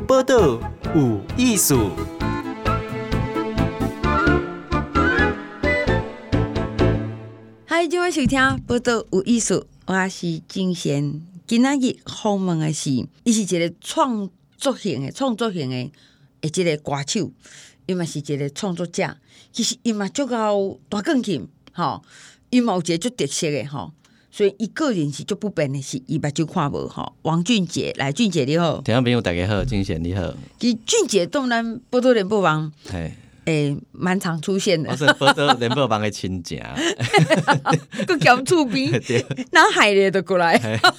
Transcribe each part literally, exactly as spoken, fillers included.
报道有艺术。 嗨，今晚收听报道有艺术，我是金贤。今仔日访问的是，伊是一个创作型的、创作型的，诶，一个歌手，伊嘛是一个创作者。其实伊嘛足够大钢琴，吼，伊嘛有一个足特色的吼。所以，伊个人是足不变的，是伊目睭看无吼。王俊杰，来，俊杰你好， 听众朋友大家好，金贤你好。 其实俊杰当咱报道联播网， 嘿， 诶，蛮常出现的。 我是报道联播网的亲戚， 佮兼厝边，哪海咧都过来。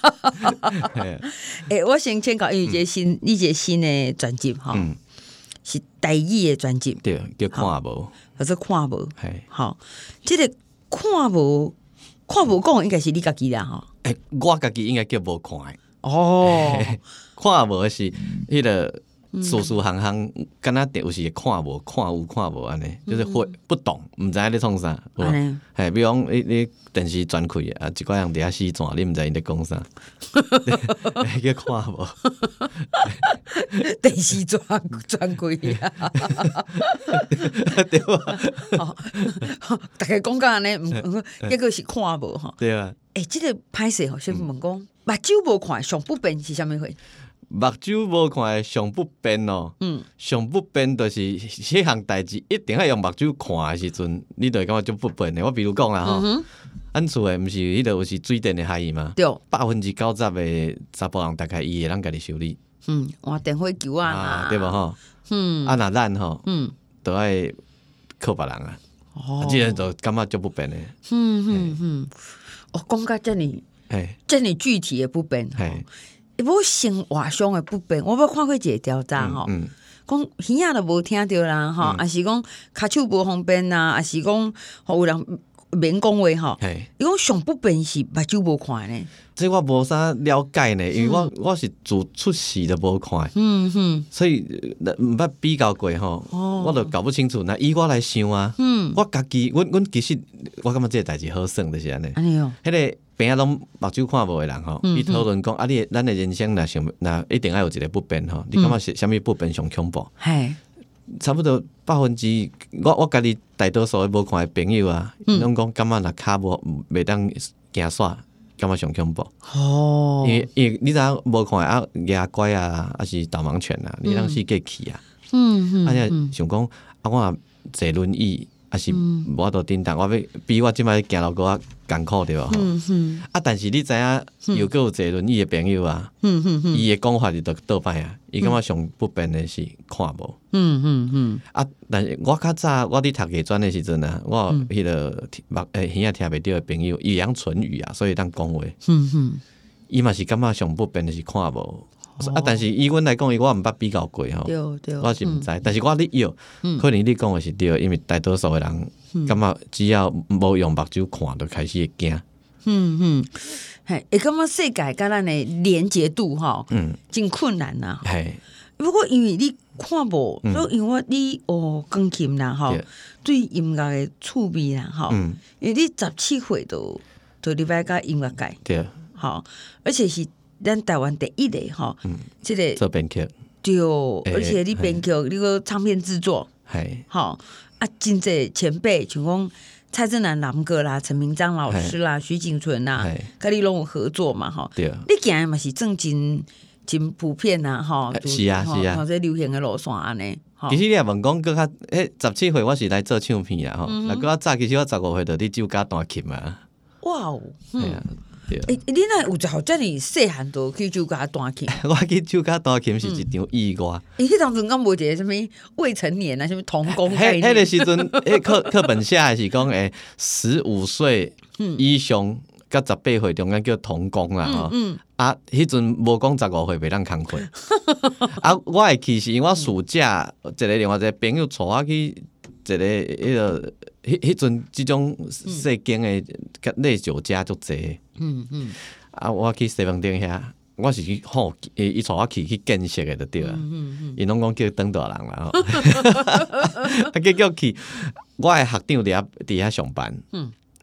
诶，我先请教，因为一个新，你一个新的专辑吼， 嗯， 是台语的专辑， 对，叫看无， 或者看无， 嘿， 好，这个看无。看无讲应该是你家己啦吼， 诶，我家己应该叫无看的哦， 看无是迄个事事行行，敢若有时看无看有看无安尼，就是会不懂，毋知影咧创啥，嘿，比如讲你你电视转开啊，一寡人伫遐死转，你毋知因咧讲啥，叫看无， 电视转转开啊， 对啊， 大家讲讲安尼，结果是看无吼， 对啊， 诶，即个歹势吼，先问讲，目睭无看上不便是啥物货？ 目睭无看的上不便哦，嗯，上不便就是迄项代志一定要用目睭看的时阵，你就会感觉足不便的。我比如讲啦吼，咱厝诶毋是迄个有是水电的害伊嘛， 对， 百分之九十的查甫人大概伊会咱家己修理， 嗯，换电火球啊， 啊，对无吼， 嗯， 啊，若咱吼， 嗯， 都爱靠别人啊， 哦， 即个就感觉足不便的， 嗯嗯嗯，哦，讲甲遮尔， 嘿， 遮尔具体的不便， 嘿。 无生活上的不便，我捌看过一个调查吼，讲耳仔都无听着啦吼，还是讲骹手无方便啦，还是讲互有人免讲话吼。伊讲上不便是目睭无看呢。 这我无啥了解呢，因为我我是自出世都无看， 嗯哼， 所以毋捌比较过吼，我都搞不清楚。那以我来想啊，我家己，阮阮其实我感觉这个代志好算就是安尼。 安尼哦， 迄个边仔拢目睭看无的人吼，伊讨论讲啊，你咱的人生若想若一定要有一个不便吼，你感觉是啥物不便上恐怖？ 嘿， 差不多百分之我我家己大多数的无看的朋友啊，拢讲感觉若骹无袂当行煞。感觉上恐怖，哦，因为因为你知影无看啊，牙拐啊，还是导盲犬啊，你当时过去啊，嗯嗯，啊，你想讲啊，我若坐轮椅，还是无法度顶当，我要比我即摆行路搁较艰苦对无？嗯嗯，啊，但是你知影，又搁有坐轮椅的朋友啊，嗯嗯嗯，伊的讲法就倒摆啊，伊感觉上不便的是看无，嗯嗯嗯，啊，但是我较早我伫读艺专的时阵啊，我迄个目诶耳仔听袂着的朋友，伊会唇语啊，所以当讲话，嗯嗯，伊嘛是感觉上不便的是看无。啊！但是以阮来讲，我毋捌比较过吼，我是毋知。但是我咧有，可能你讲的是对，因为大多数的人感觉只要无用目睭看，就开始会惊。 嗯嗯，嘿，会感觉世界甲咱的连结度吼，嗯，真困难呐。 嘿， 不过因为你看无，所以因为你学钢琴啦，吼，对音乐的趣味啦，吼，因为你十七岁就就入来甲音乐界， 对， 好，而且是。咱台湾第一个吼，即个做编曲， 对，而且你编曲，你个唱片制作， 系， 吼啊，真济前辈，像讲蔡振南南哥啦、陈明章老师啦、徐景纯啦，甲你拢有合作嘛，吼， 对， 你行的嘛是正真真普遍呐，吼， 是啊是啊， 或者流行的路线安尼。 其实你也问讲，搁较诶，十七岁我是来做唱片啦，吼，那搁较早其实我十五岁就伫酒家弹琴啊， 哇哦，嗯。诶、欸，你那有好遮尔细汉就去酒家弹琴？ 我去酒家弹琴是一场意外。 伊迄当阵敢无一个什么未成年啊，什么童工概念？ 迄个时阵，迄课课本写的是讲诶，十五岁以上甲十八岁中间叫童工啦吼。嗯嗯啊，迄阵无讲十五岁袂当工课。啊，我会去是因为我暑假一个另外一个朋友带我去一个迄个。迄迄阵，即种世间诶，类酒家足济。嗯嗯。啊，我去西门町遐，我是去好，伊伊带我去去见识诶，就对啊。嗯嗯。伊拢讲叫长大人啦吼。啊，结果去，我诶学长伫遐伫遐上班。嗯。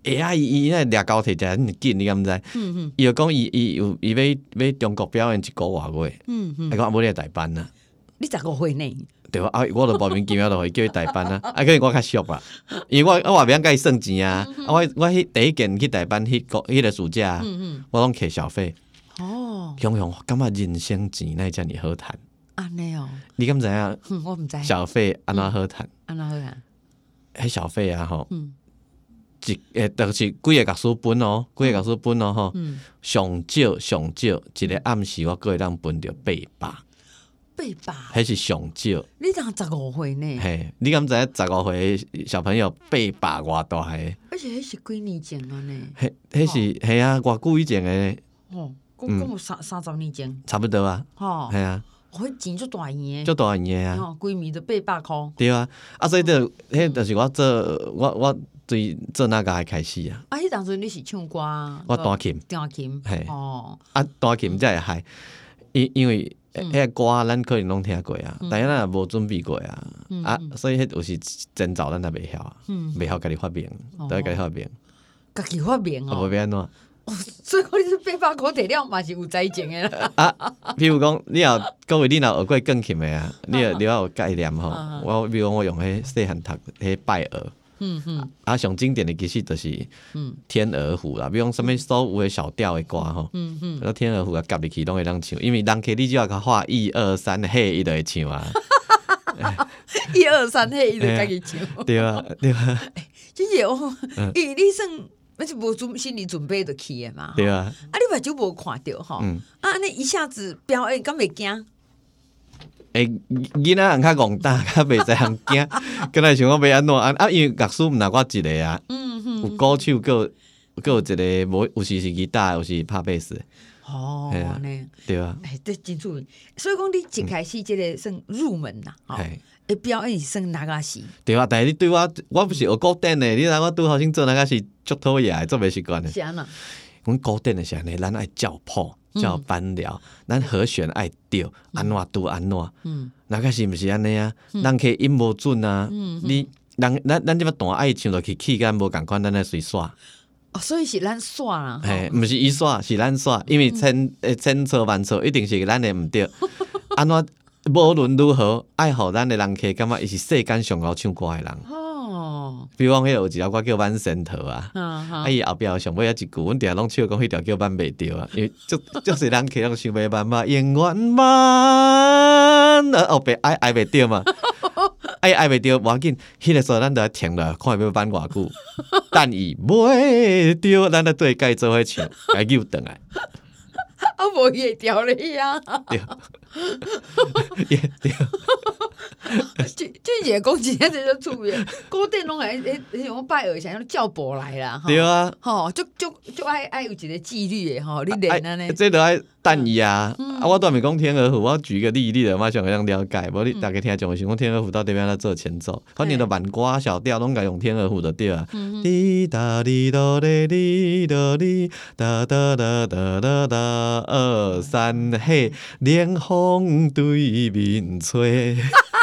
会啊，伊伊那掠高铁真很紧，你敢毋知？嗯嗯，伊就讲伊伊有伊要要中国表演一个外月，嗯嗯，伊讲无你来代班啊。 你十五岁呢？ 对啊，我就莫名其妙就互伊叫伊代班啊，啊，可能我较俗啊，因为我我也袂晓甲伊算钱啊，啊，我我迄第一件去代班，迄个迄个暑假，我拢摕小费。哦，雄雄感觉人生钱那遮尔好趁。 安尼哦， 你敢知影？ 我毋知。 小费安怎好趁？ 安怎好趁？ 迄小费啊吼，一诶，就是几个教师分哦，几个教师分哦吼，上少上少，一个暗时我个会当分着八百。 八百， 迄是上少。 你当十五岁呢？ 嘿，你敢知影十五岁小朋友八百偌大个？ 而且迄是几年前啊呢？ 迄迄是嘿啊，偌久以前个。 哦，讲讲有三三十年前。 差不多啊。吼，系啊。 迄钱足大钱诶。 足大钱诶啊！ 规暝都八百箍。 对啊，啊所以就迄就是我做我我对做那个开始啊。 啊，迄当阵你是唱歌？ 我弹琴。 弹琴。 嘿。哦。啊，弹琴才会嗨，因因为。迄个歌咱可能拢听过啊，但是咱也无准备过啊，啊，所以迄有时真早咱也袂晓啊，袂晓家己发明，都要家己发明， 家己发明哦， 无变安怎？ 所以讲你是八百块摕了嘛是有才情诶啦。 啊，譬如讲你若各位你若学过钢琴诶啊，你若你要有概念吼，我比如讲我用迄细汉读迄拜耳。嗯嗯，啊，上经典的其实就是天鹅湖啦，比如讲什么所有的小调的歌吼，嗯嗯，然后天鹅湖啊夹入去拢会当唱，因为人客你只要甲画一二三嘿，伊就会唱啊。 一二三嘿，伊就家己唱。 对啊，对啊。 真是哦，伊你算那是无准心理准备就去的嘛。 对啊。 啊，你目睭无看到吼，啊，你一下子表演，敢袂惊？ 诶，囡仔人较戆大，较袂知通惊，跟来想讲要安怎啊？啊，因为乐师毋若我一个啊，有鼓手，个个有一个无，有时是吉他，有时拍贝斯。 哦，安尼对啊， 哎，这真趣味。所以讲，你一开始即个算入门啦，吼，诶，表演是算哪个是？ 对啊，但是你对我，我不是学古典的，你知我拄好先做哪个是足讨厌，做袂习惯的。 是安怎？ 阮古典的是安尼，咱爱照谱。叫班聊，咱和弦爱对，安怎拄安怎？嗯，那个是毋是安尼啊？人客音无准啊，你人咱咱即摆弹爱唱落去，气感无共款，咱来随耍。 哦，所以是咱耍啦。 嘿，毋是伊耍，是咱耍，因为千诶千错万错，一定是咱的毋对。安怎无论如何，爱互咱的人客感觉伊是世间上好唱歌的人。哦，比如讲，迄有一条歌叫《万神头》啊，啊伊后壁上尾一句，阮定拢唱讲迄条叫万袂着啊，因为足足是人客拢想袂万嘛，永远万，啊后壁爱爱袂着嘛，爱爱袂着，无要紧，迄个时候咱就要停了，看要万偌久，但伊袂着，咱就对家做伙唱，家扭转来。 啊，无伊会调你呀？ 对，也对。 俊俊姐讲真正这就出名，古典拢系迄迄种拜耳像叫婆来啦。 对啊， 吼，就就就爱爱有一个纪律的吼，你练安尼。 这都爱等伊啊！啊，我都没讲天鹅湖，我举一个例，你就马上会当了解。无你大家听讲，想讲天鹅湖到底要安怎做前奏？反正就慢歌小调拢该用天鹅湖就对啊。滴答滴答滴滴答滴哒哒哒哒哒哒，二三嘿，凉风对面吹。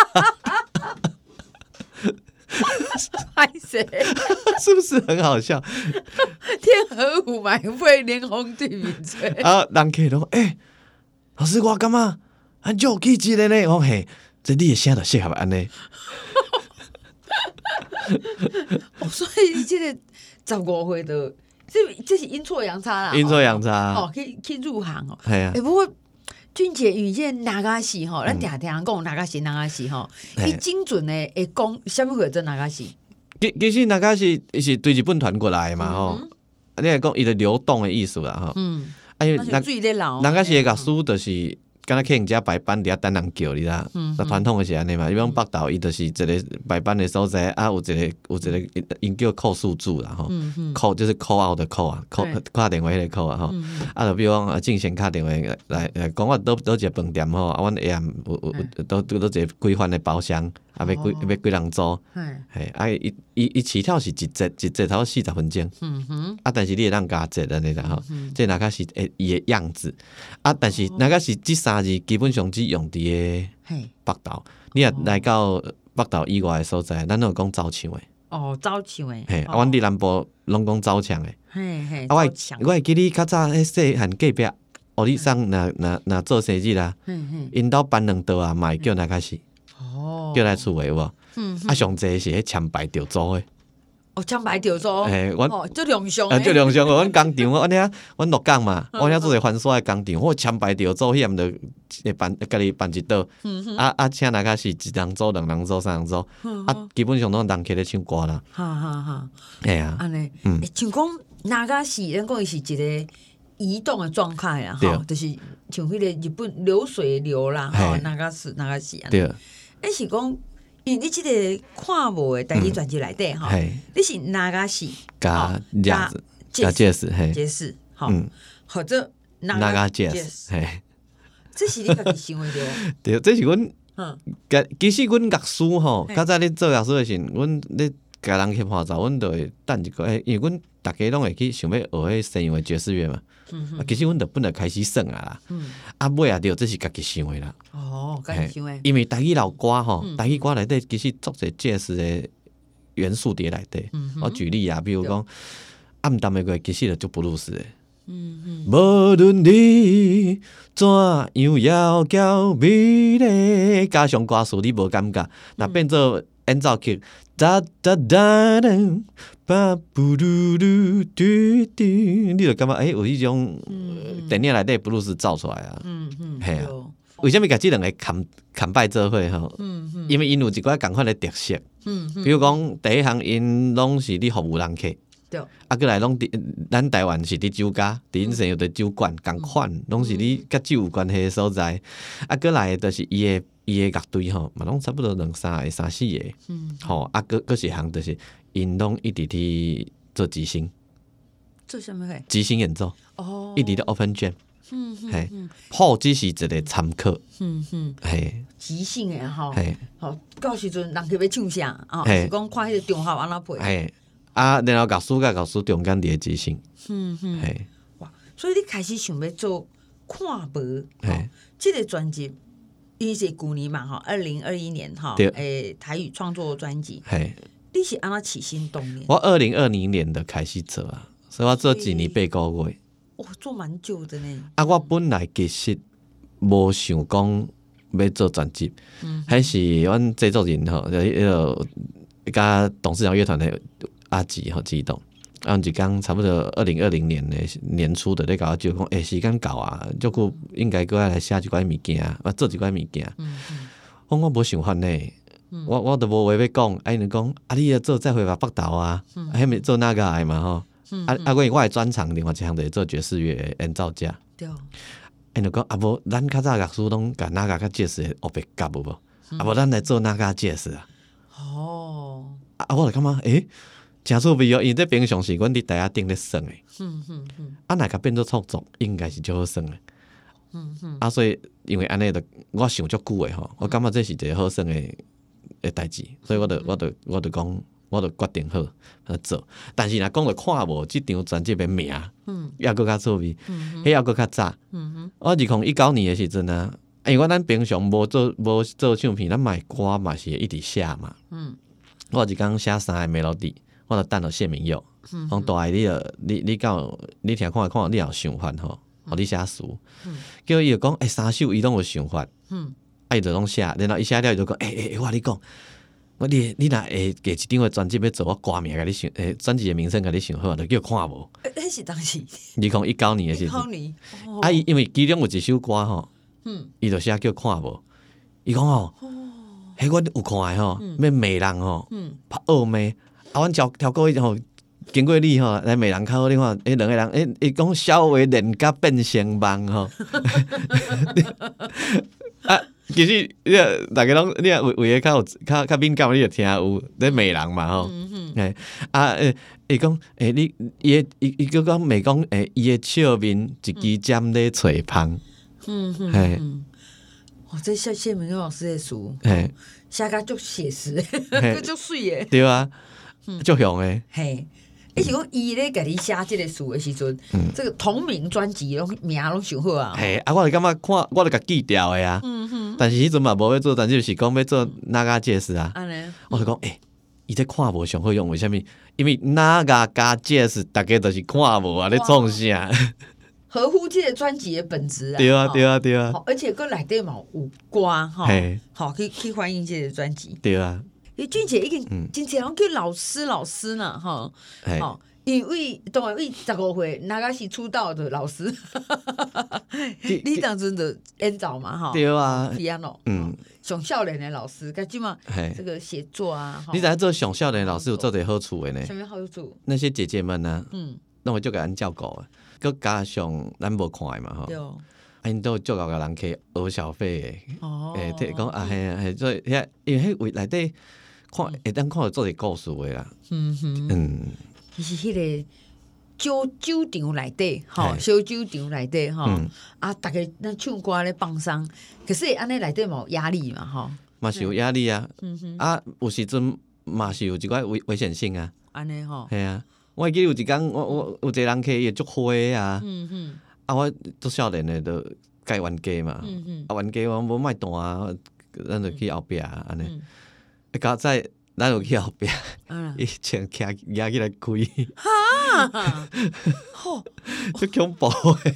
拍谁？ 是不是很好笑？ 天鹅湖买会连风对面吹啊！人客拢诶，老师我感觉很有气质的呢。我嘿，这你的声就适合安尼。 哦，所以这个十五岁的，这这是阴错阳差啦。 阴错阳差哦，去去入行哦。 系啊。 哎，不过俊杰遇见哪个戏吼？咱常常讲哪个戏哪个戏吼，伊精准的会讲什么叫做哪个戏？ 其其实哪个是是对日本传过来的嘛吼？你来讲伊的流动的意思啦吼。嗯。哎， 那水在流。 哪个是乐师就是。敢若去人家排班伫遐等人叫你啦，那传统的是安尼嘛。比如讲北投，伊就是一个排班的所在，啊有一个有一个因叫扣数组啦吼，扣就是 call out 的 call 啊，扣打电话迄个 call 啊吼。啊，就比如讲进前敲电话来来讲我倒倒一个饭店吼，啊，阮下暗有有倒倒一个规范的包厢，啊，要几要几人租，嘿，啊，伊伊伊起跳是一节一节头四十分钟，啊，但是你会当加节安尼啦吼，这哪个是诶伊的样子，啊，但是哪个是即三。但是基本上只用伫个北投，你若来到北投以外的所在，咱都有讲走唱的。 哦，走唱诶， 嘿，啊，阮伫南部拢讲走唱诶。 嘿嘿， 啊，我走唱我会记你较早迄细汉隔壁，互你送若若若做生日啦，因兜办两道啊，嘛会叫来开始， 哦， 叫来厝诶有无？ 嗯， 啊，上济是迄签牌着租诶。 哦，枪牌着做， 嘿，阮哦，足良相啊， 诶， 最良相哦，阮工厂，阮遐阮鹿港嘛，阮遐做者番刷诶工厂，我签牌着租，迄暗着会办家己办一道，啊啊，请来开始一人组、两人组、三人组，啊，基本上拢人客咧唱歌啦。 哈哈哈， 嘿啊， 安尼， 嗯诶像讲那个是，咱讲伊是一个移动的状态啦，吼，就是像迄个日本流水流啦，吼，那个是那个是安尼。 对， 诶是讲，因为你即个看无的台语专辑内底吼，你是那个是加架子加戒指，嘿， 戒指，吼， 嗯， 或者那个戒指，嘿， 这是你家己想的对。 对，这是阮， 嗯， 其实阮乐师吼，较早咧做乐师诶时，阮咧甲人去伴奏，阮就会等一个，诶，因为阮逐家拢会去想要学迄西洋诶爵士乐嘛。啊，其实阮就本来开始算啊啦，啊尾啊着这是家己想诶啦。 哦，家己想诶。 因为台语老歌吼，台语歌内底其实足侪爵士诶元素伫内底。我举例啊，比如讲暗淡诶歌，其实就足布鲁斯诶。无论你怎样要叫美丽，加上歌词你无感觉，若变做演奏曲，哒哒哒哒，巴布鲁鲁嘟嘟，你就感觉诶有迄种电影内底布鲁斯造出来啊。 嗯嗯， 系啊。为什么甲即两个牵牵摆做伙吼？因为因有一寡共款的特色。比如讲第一项，因拢是伫服务人客。 对， 啊，过来拢伫咱台湾是伫酒家，伫因生有伫酒馆共款，拢是伫甲酒有关系的所在。啊，过来就是伊的伊的乐队吼，嘛拢差不多两三个、三四个。嗯，吼，啊，搁搁一项就是因拢一直去做即兴， 做啥物个？ 即兴演奏。哦，一直咧 open jam。 嗯嗯， 嘿，好只是一个参考。 嗯嗯， 嘿， 即兴诶吼， 嘿， 吼，到时阵人去要唱啥啊？是讲看迄个中校安怎配。 嘿。啊，然后教师甲教师中间伫个即兴， 嗯嗯， 嘿， 哇！所以你开始想要做看无， 嘿， 这个专辑因为是去年嘛，哈，二零二一年哈，诶，台语创作专辑， 嘿， 你是安怎起心动念？ 我二零二零年的开始做啊，所以我做几年八个月， 哇，做蛮久的呢。 啊，我本来其实无想讲要做专辑，嗯，还是阮制作人吼，就迄个甲董事长乐团的。阿吉吼激动，啊，一讲差不多二零二零年的年初的咧，甲我就讲，诶、欸，时间到啊，足久应该搁来写一寡物件，啊，做一寡物件。嗯嗯，我我无想法呢，嗯、我我都无话要讲，啊，因讲，啊，你要做再回把北岛啊，还、嗯、没做那个的嘛吼，嗯嗯、啊啊，我我的专长另外一项就是做爵士乐的演奏家。对。因就讲啊，无咱较早乐师拢甲那个较爵士的学别夹有无？嗯、啊，无咱来做那个爵士啊。哦。啊，我就感觉诶。欸真趣味哦，因为这平常是阮伫台下顶咧耍诶，嗯嗯嗯，啊，若甲变做创作，应该是最好耍诶，嗯嗯，啊，所以因为安尼，就我想足久诶吼，我感觉这是一个好耍诶诶代志，所以我就我就我就讲，我就决定好去做。但是若讲着看无即张专辑诶名，嗯，抑搁较趣味，迄抑搁较早，嗯哼，我二零一九年诶时阵啊，因为我咱平常无做无做唱片，咱嘛歌嘛是一直写嘛，嗯，我一工写三个 melody。我就等到谢明佑，讲大爱你了，你你到你听看看，你有想法吼，互你写词。叫伊就讲，诶，三首伊拢有想法，啊伊就拢写，然后伊写了伊就讲，诶诶，我你讲，我你你若会给一张诶专辑要做，我歌名甲你想，诶，专辑诶名称甲你想好，就叫看无。 迄是当时二零一九年诶时阵，啊伊因为其中有一首歌吼，伊就写叫看无，伊讲吼，迄我有看诶吼，要骂人吼，拍恶骂。啊，阮超超过迄吼，经过你吼来骂人较好，你看，迄两个人，诶，伊讲小话练甲变成梦吼。啊，其实你大家拢，你若为为个较有较较敏感，你就听有咧骂人嘛吼。诶，啊诶，伊讲诶，你伊个伊伊个讲骂讲诶，伊个笑面一支针咧吹芳。嗯嗯嗯。 哦，这谢谢明佑老师的书，嘿，写甲足写实，佮足水诶。 对啊。足雄诶， 嘿，伊是讲伊咧，甲你写即个书诶时阵，嗯、这个同名专辑拢名拢想好啊。 嘿，啊，我就感觉看，我就甲记掉诶啊。嗯哼。但是迄阵嘛无要做，但就是讲要做那个介绍啊。安尼。我就讲，诶、欸， 伊这看无上好用，为什么？因为哪个加 jazz 大家都是看无啊，咧创啥？ 合乎这个专辑的本质啊！ 对啊，对啊，对啊， 而且个内底嘛有歌哈，好去去反映这个专辑。 对啊， 因为俊杰已经真侪人叫老师老师呢，哈，好，因为当然为十五岁那个是出道的老师，你当阵的演奏嘛，哈， 对啊 ，piano， 嗯，上少年的老师，该即嘛，这个写作啊， 你知做上少年老师有做点好处的呢？ 什么好处？ 那些姐姐们呢，嗯，那我就给咱照顾啊。佮加上咱无看诶嘛吼，啊因都足够个人去学小费诶，诶，提讲啊系啊系，所以遐因为迄位内底看会当看到做啲故事诶啦，嗯哼，嗯， 伊是迄个酒酒场内底吼，小酒场内底吼，啊，逐个咱唱歌咧放松，可是安尼内底嘛有压力嘛吼， 嘛是有压力啊，啊，有时阵嘛是有一寡危危险性啊， 安尼吼， 系啊。我记得有一天，我我有一个人去伊足花啊，嗯嗯，啊我足少年的都改冤家嘛，嗯嗯，啊冤家我无卖单啊，咱就去后壁安尼，一到再咱就去后壁，伊穿徛举起来开，哈，吼，足恐怖诶！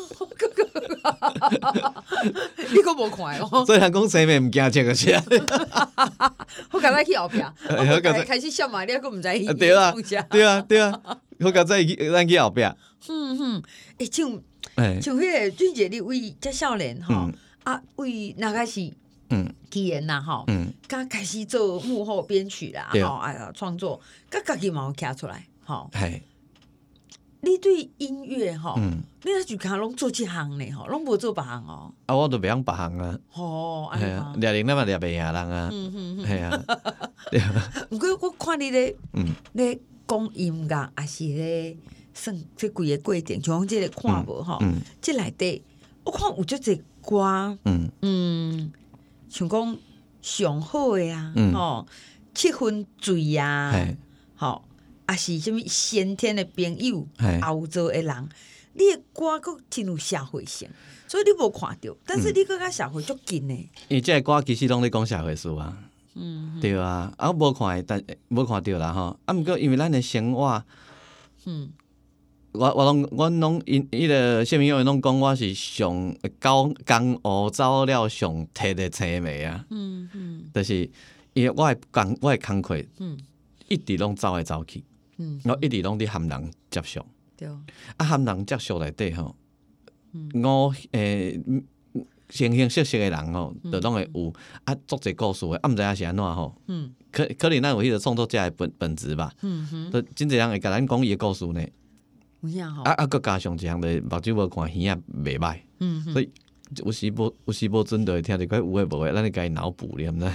你佫无看哦？ 所以人讲生命毋惊穿个啥？ 我刚才去后壁，我刚才开始笑嘛，你佫毋知伊。 对啊，对啊，对啊，我刚才咱去后壁。 嗯哼，诶，像像迄个俊杰，你为遮少年吼，啊，为那个是嗯，起源啦吼，嗯，刚开始做幕后编曲啦，吼，哎呀，创作，甲家己嘛有徛出来，吼。系。你对音乐吼，嗯、你那就看拢做这行呢吼，拢无做别行哦。 啊，我都袂晓别行啊。 哦， 系啊，掠人咱嘛掠袂赢人啊。嗯嗯系啊。 毋过我看你咧，嗯，咧讲音乐，也是咧算这几个过程，像这个看无吼，嗯，这内底我看有足侪歌，嗯嗯，像讲上好的啊，吼、嗯，七分醉啊，吼。也是什么先天的朋友，欧洲的人，你的歌佫真有社会性，所以你无看到，但是你佫甲社会足近呢。 因为这个歌其实拢咧讲社会事啊，嗯，对啊，啊无看，但无看到啦吼。啊，毋过因为咱的生活，嗯，我我拢我拢因迄个谢明友拢讲我是上高江湖走了上铁的青梅啊，嗯嗯，就是因为我的工我的工课，嗯，一直拢走来走去。嗯，我一直拢伫含人接触，对，啊含人接触内底吼，我诶形形色色诶人吼，就拢会有啊，足侪故事诶，啊毋知影是安怎吼，嗯，可可能咱有迄个创作者诶本本质吧，嗯哼，真侪人会甲咱讲伊诶故事呢，有影吼，啊啊，佮加上一项就是目睭无看耳也袂歹，嗯，所以有时无有时无准就会听着怪有诶无诶，咱会家己脑补你毋知？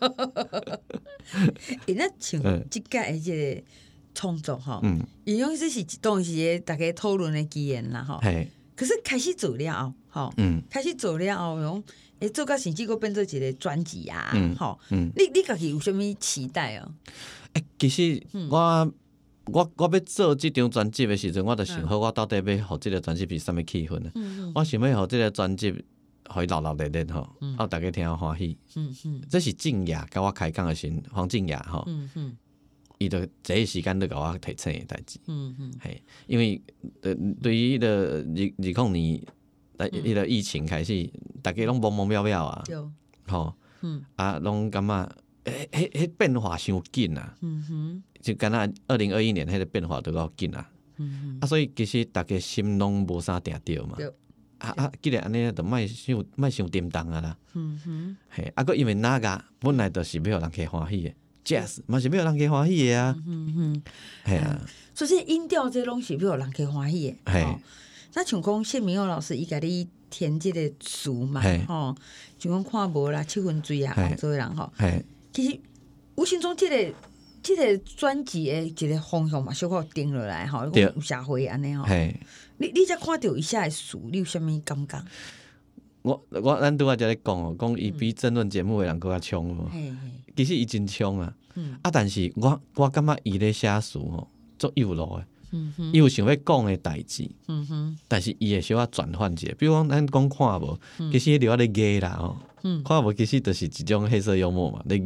诶，那像即届诶即个。创作哈，因为这是当时大家讨论的机缘啦哈。可是开始做了后，哈，嗯，开始做了后，用诶做到甚至佫变做一个专辑啊，哈，嗯，你你家己有啥物期待哦？ 诶，其实我我我要做即张专辑的时阵，我就想好我到底要互即个专辑是啥物气氛啊？我想要互即个专辑互伊热热烈烈吼，啊，大家听欢喜。嗯嗯，这是静雅甲我开讲的时阵，黄静雅吼。嗯嗯。伊就第一时间都甲我提醒诶代志，嗯嗯，系因为对对于迄个二二零年，迄个疫情开始，大家拢懵懵渺渺啊，吼，嗯，啊，拢感觉迄迄迄变化伤紧啊，嗯哼，就敢若二零二一年迄个变化都够紧啊，嗯哼，啊，所以其实大家心拢无啥定着嘛，啊啊，既然安尼，就莫伤莫伤沉重啊啦，嗯哼，嘿，啊，佮因为哪个本来就是要互人家欢喜诶。jazz 嘛是要人家欢喜的啊，嗯嗯，系啊， 所以音调这拢是要人家欢喜的。系，那像讲谢明佑老师伊家己填这个词嘛，吼，像讲看无啦，七分醉啊，欧洲人吼，其实无形中这个这个专辑的一个方向嘛，小可定落来吼，有社会安尼吼，你你才看到伊写的词，你有啥物感觉？ 我我咱拄仔才咧讲哦，讲伊比争论节目的人更较冲哦。其实伊真冲啊，嗯、啊！但是我我感觉伊咧写词吼，足有路诶。嗯哼，伊有想要讲诶代志，嗯哼，但是伊会小可转换者，比如讲咱讲看无，其实迄条咧艺啦吼，嗯、看无其实就是一种黑色幽默嘛，咧艺，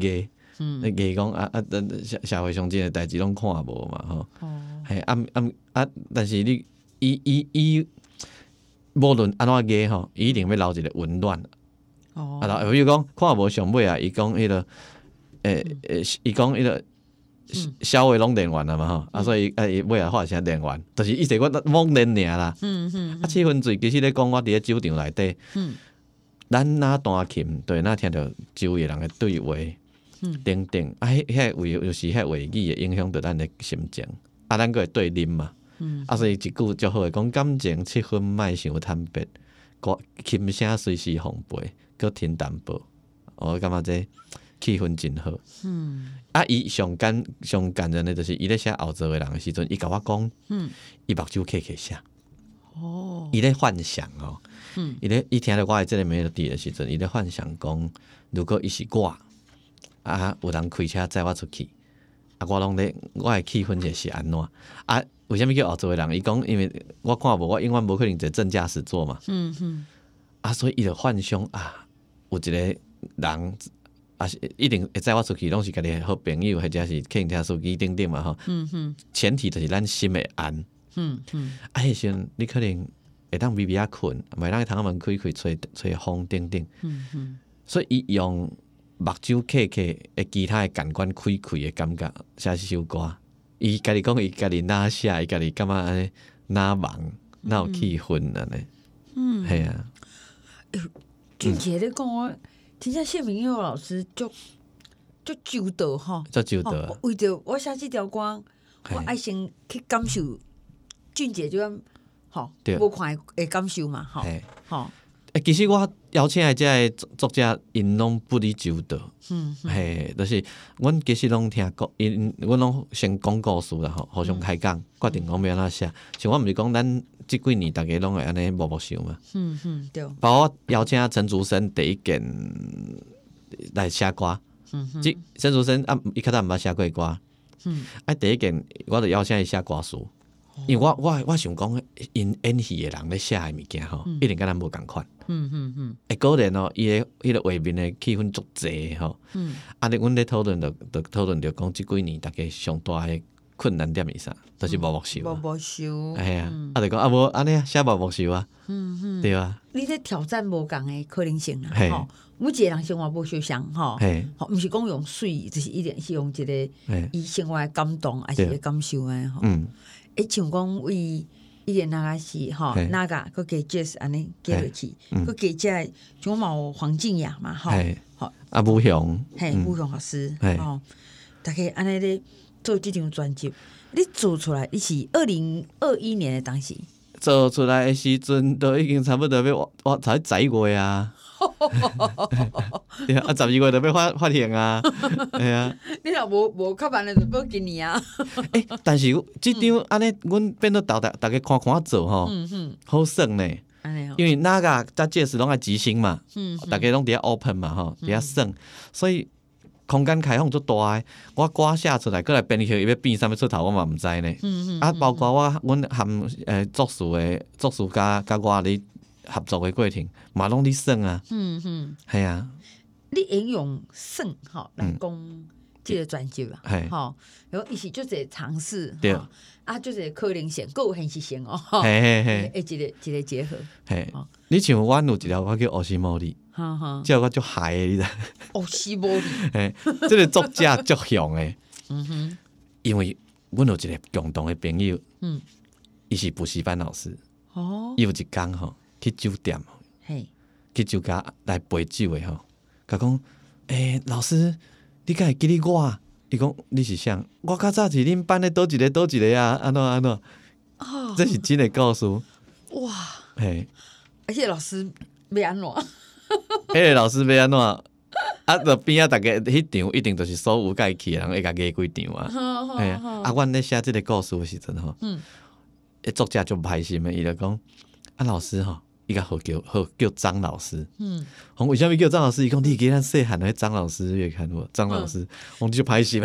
嗯，伊讲啊啊，社社会上真诶代志拢看无嘛吼。哦，嘿啊啊啊！但是你伊伊伊，无论安怎个吼，伊一定要留一个温暖。哦，啊，比如讲看无上尾啊，伊讲迄个，诶诶，伊讲迄个。小话拢练完了嘛吼，啊，所以啊，伊尾仔画成练完，就是伊说我妄练尔啦。嗯嗯。啊，七分醉其实咧讲，我伫咧酒场内底，嗯，咱若弹琴，对，若听着周围人诶对话，嗯，等等，啊，迄迄话有时迄话语会影响着咱诶心情，啊，咱个会对啉嘛，嗯，啊，所以一句足好诶，讲感情七分莫伤坦白，歌琴声随时放飞，搁听淡薄，我感觉这气氛真好。嗯。啊！伊上感上感人的就是伊咧写后座的人的时阵，伊甲我讲，嗯，伊目睭揢揢写，哦，伊咧幻想哦，嗯，伊咧伊听到我的这个 melody 的时阵，伊咧幻想讲，如果伊是我，啊，有人开车载我出去，啊，我拢咧，我的气氛就是安怎？啊，为什么叫后座的人？伊讲，因为我看无，我永远无可能坐正驾驶座嘛，嗯哼，啊，所以伊就幻想啊，有一个人。啊，一定会载我出去，拢是家己好朋友，或者是客车司机等等嘛吼。嗯哼。前提就是咱心会安。嗯嗯。啊，迄时阵你可能会当微微啊困，袂当窗仔门开开，吹吹风等等。嗯哼。所以伊用目睭揢揢诶，其他诶感官开开诶感觉写一首歌。伊家己讲，伊家己哪写，伊家己感觉安尼哪忙，哪有气氛安尼。嗯。系啊。 俊杰咧讲我。真正谢明佑老师就就周到吼， 就周到、啊。 为着我写这条歌，我爱先去感受俊杰就吼，无看的感受嘛，吼吼。 诶，其实我邀请的这个作者，因拢不离周到。嗯，嘿，就是阮其实拢听过，因阮拢先讲故事啦，吼，互相开讲，决定讲要安怎写。像我毋是讲咱即几年大家拢会安尼默默想嘛。嗯嗯，对。包括邀请陈竹生第一件来写歌，嗯哼，即陈竹生啊，伊较早毋捌写过歌，嗯，啊第一件我就邀请伊写歌词。因为我我我想讲，因演戏的人咧写的物件吼，一定跟咱无共款。嗯嗯嗯。诶，果然哦，伊个迄个画面的气氛足济吼。嗯。啊，咧，阮咧讨论着，着讨论着讲，即几年大家上大诶困难点是啥？就是默默想。 默默想。 哎呀，啊，就讲啊，无安尼啊，写默默想啊。嗯嗯。对啊。 你咧挑战无共诶可能性啊！吼，每一个人生活无相像吼。嘿。吼，毋是讲用水，就是一定是用一个伊生活感动，还是个感受诶吼。嗯。诶，像讲为伊个那个是吼，那个佮加 jazz 安尼加落去，佮加只像嘛有黄静雅嘛，吼， 吼啊武雄， 嘿武雄老师，吼，大家安尼咧做即张专辑，你做出来，伊是二零二一年的当时， 做出来的时阵都已经差不多要我我才十一月啊。对啊，十二月就要发发行啊，系啊。 你若无无较慢的，就要今年啊。 诶、欸，但是即张安尼，阮变做大大大家看看做吼，嗯嗯，好耍呢。因为那个在届时拢爱即兴嘛，嗯，大家拢伫遐 open 嘛吼，伫遐耍，所以空间开放足大诶。我歌写出来，过来编曲伊要变啥物出头，我嘛毋知呢。嗯嗯。啊，包括我阮含诶作词诶作词家甲我咧。合作的过程，嘛拢咧耍啊，嗯嗯，系啊。 你应用耍吼来讲即个专辑啊，吼，然后伊是就一个尝试，对，啊，就一个可能性，够有现实性哦，嘿嘿嘿，诶，一个一个结合，嘿， 你像阮有一条歌叫《奥西莫利》，哈哈，这个足嗨的，你知？ 奥西莫利， 嘿，这个作者足雄的，嗯哼，因为阮有一个共同的朋友，嗯，伊是补习班老师，哦，伊有一工吼。去酒店，嘿，去酒家来陪酒的吼，甲讲，诶、欸，老师，你敢会记得我？伊讲你是谁？我较早是恁班的倒一个倒一个啊，安怎安怎？哦，这是真的故事。哇，嘿， 而且老师要安怎？ 迄个老师要安怎？啊，就边仔大家迄场一定就是所有甲伊去的人会甲加几场啊。哎呀，啊，阮咧写即个故事的时阵吼，嗯，作者就歹心的，伊就讲，啊，老师吼。伊个好叫好叫张老师，嗯，红为虾米叫张老师？伊讲你给咱细汉的张老师越看无？张老师，我就拍戏呗。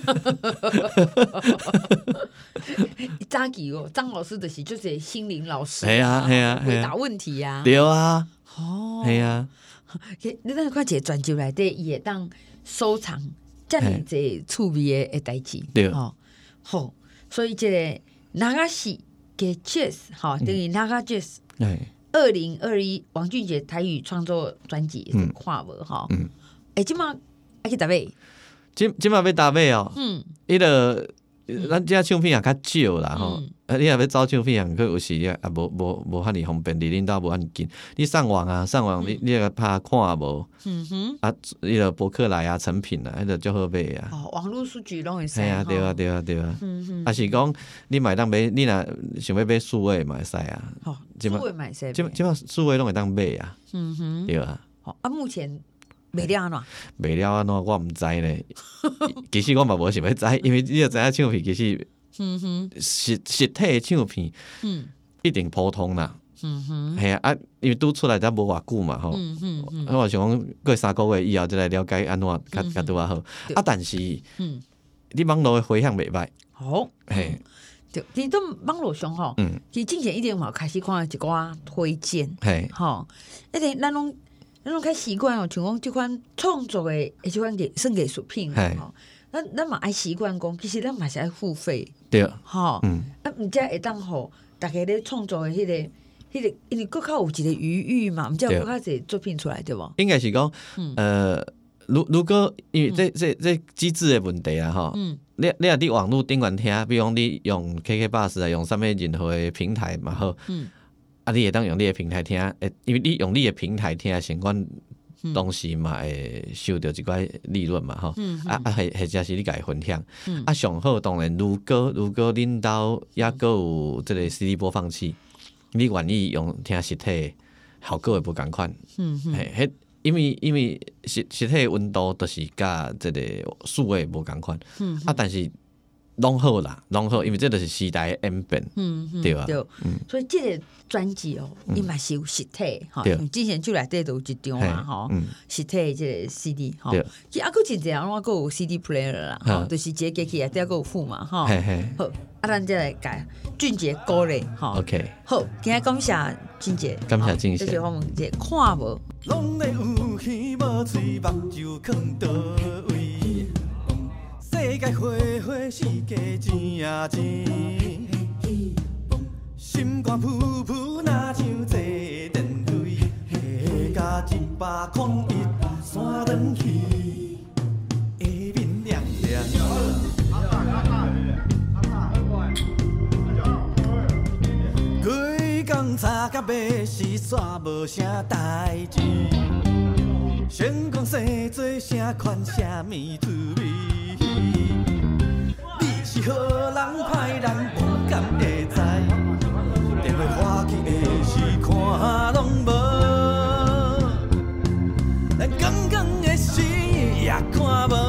伊早期哦，张老师就是就是心灵老师， 系啊系啊， 回答问题呀， 对啊，哦，系啊。 你咱看一个专辑内底，伊会当收藏遮尔济趣味的代志， 对， 吼，好，所以这个那个是给 Jazz 哈，等于那个 Jazz，二零二一王俊杰台语创作专辑是看无哈，嗯，哎，今嘛爱去搭买， 今今嘛要搭买哦， 嗯， 伊个咱遮唱片也较少啦吼，啊，你若要找唱片，可有时也啊无无无遐尼方便，离恁兜无遐尼近，你上网啊，上网你你个拍看也无，嗯哼，啊，迄个博客来啊，成品啊，迄个足好买啊， 哦，网络数据拢会使， 系啊，对啊，对啊，对啊，嗯哼，啊是讲你买当买，你若想要买数位嘛会使啊， 哦，数位嘛会使， 即即马数位拢会当买啊，嗯哼，对啊， 好啊，目前。卖了安怎？ 卖了安怎？我毋知呢。其实我嘛无想要知，因为你要知影唱片其实，嗯哼，实实体的唱片，嗯，一定普通啦。嗯哼，系啊，啊，因为拄出来才无偌久嘛，吼。嗯嗯嗯。我想讲过三个月以后再来了解安怎较较拄啊好。啊，但是，嗯，你网络的回响袂歹。 好。嘿。就你都网络上吼，嗯，其实之前一定嘛开始看一寡推荐，嘿，吼，一定咱拢。咱拢较习惯哦，像讲即款创作的，即款艺算艺术品吼，咱咱嘛爱习惯讲，其实咱嘛是爱付费， 对， 吼，嗯，啊，毋则会当互大家咧创作的迄个、迄个，因为佫较有一个余裕嘛，毋则有佫较侪作品出来，对无？ 应该是讲，呃，如如果因为这这这机制的问题啊，吼，嗯，你你若伫网络顶悬听，比如讲你用 K K Bus 啊，用啥物任何的平台嘛好，嗯。啊，你会当用你的平台听，诶，因为你用你的平台听，相关东西嘛会收到一寡利润嘛，吼、嗯，啊啊，或或者是你家己分享，嗯、啊，上好当然，如果如果恁兜也阁有即个 C D 播放器，你愿意用听实体，效果会无共款，嗯嗯，迄因为因为实实体温度都是甲即个数位无共款，嗯，啊，但是。拢好啦，拢好，因为这就是时代的演变，嗯嗯、对吧？对， 嗯、所以这个专辑哦，伊嘛是有实体哈，之前出来底都有一张啊，哈、嗯，实体的这个 C D 哈，其实啊，佫真侪人我佫有 C D player 啦，哈，就是一个机器啊，底下佫有附嘛，哈，好，啊，咱再来改俊杰歌嘞，哈 ，OK， 好，今日感谢俊杰， 感谢俊杰， 这是我们这看无。拢会有耳无嘴，目睭囥倒位。世界花花世界钱啊钱，心肝噗噗若像坐电梯，下加一百空一山登去，下面亮亮。规工早甲要是煞无啥代志，先讲生做啥款啥物滋味。是好人歹人无敢会知，电话花去的是看拢无，咱刚刚的事也看无。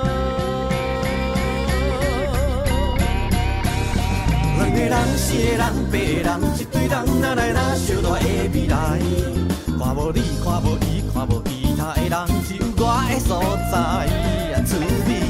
两个人、四个人、八个人，一堆人哪来哪小大的未来？看无你，看无伊，看无其他的人，只有我的所在滋味。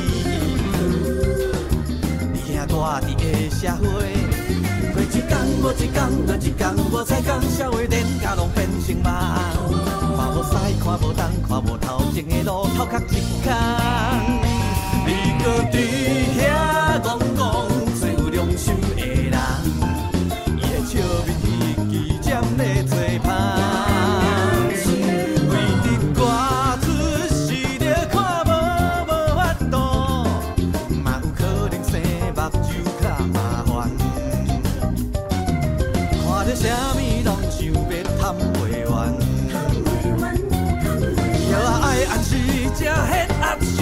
我伫个社会，过一天无一天，过一天无彩工，社会连甲拢变成梦。看无驶，看无东，看无头前的路，头壳一空。你搁伫遐戆戆，做有良心的人，伊的笑面迄支针咧做芳。规日我出事了，看无无法度，嘛有可能生。目睭较麻烦，看到啥物拢想要贪袂完，要爱按时才迄压。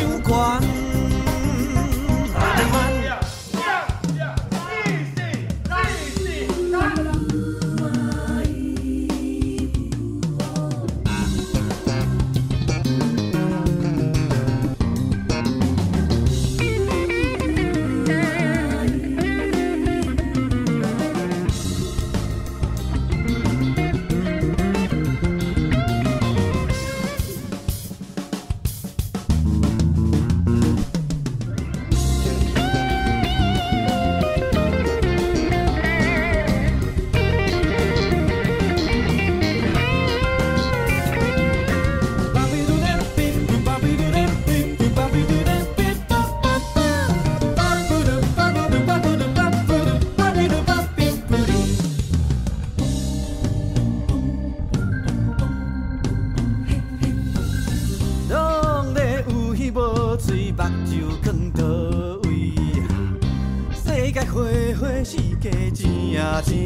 目睭放倒位？世界花花世界钱啊钱，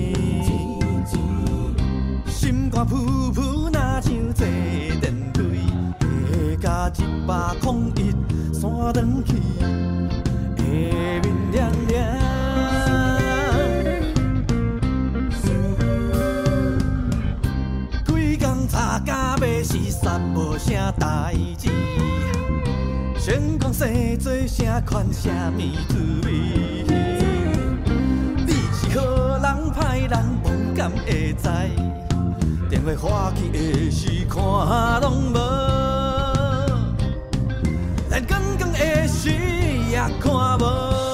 心肝噗噗若像坐电梯，下加一百空一山转去，下面亮亮。规工吵甲要死，煞无啥代志。成功生做啥款啥物滋味？你是好人歹人，无敢会知。电话花去的时看拢无，连光光的时也看无。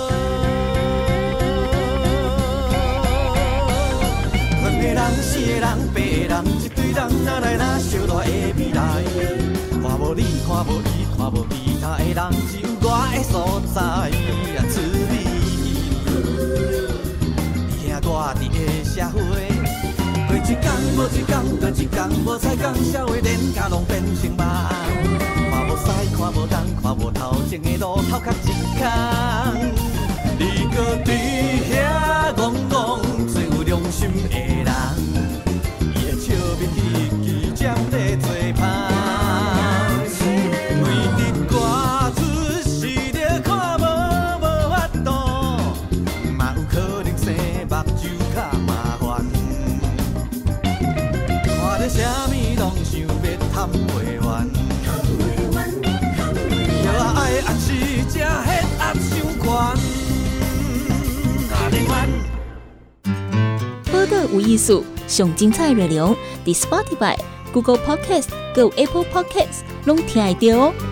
分个人、四个人、八个人，一堆人哪来哪小大的未来？看无你，看无伊，看无其他的人，只有我的所在啊！滋味，你兄我伫个社会。过一天无一天，过一天无彩工，社会连家拢变成梦。看无西，看无东，看无头前的路，头壳一空。你搁伫遐戆戆，最有良心的人，伊的笑面起起尖咧做芳。为你歌出是着看无无法度，嘛有可能生目睭较麻烦。看着啥物拢想要贪袂完，要爱压死才迄压伤悬。 报道有艺术，上精彩内容，伫 Spotify、Google Podcast、还有 Apple Podcast 拢听得到哦。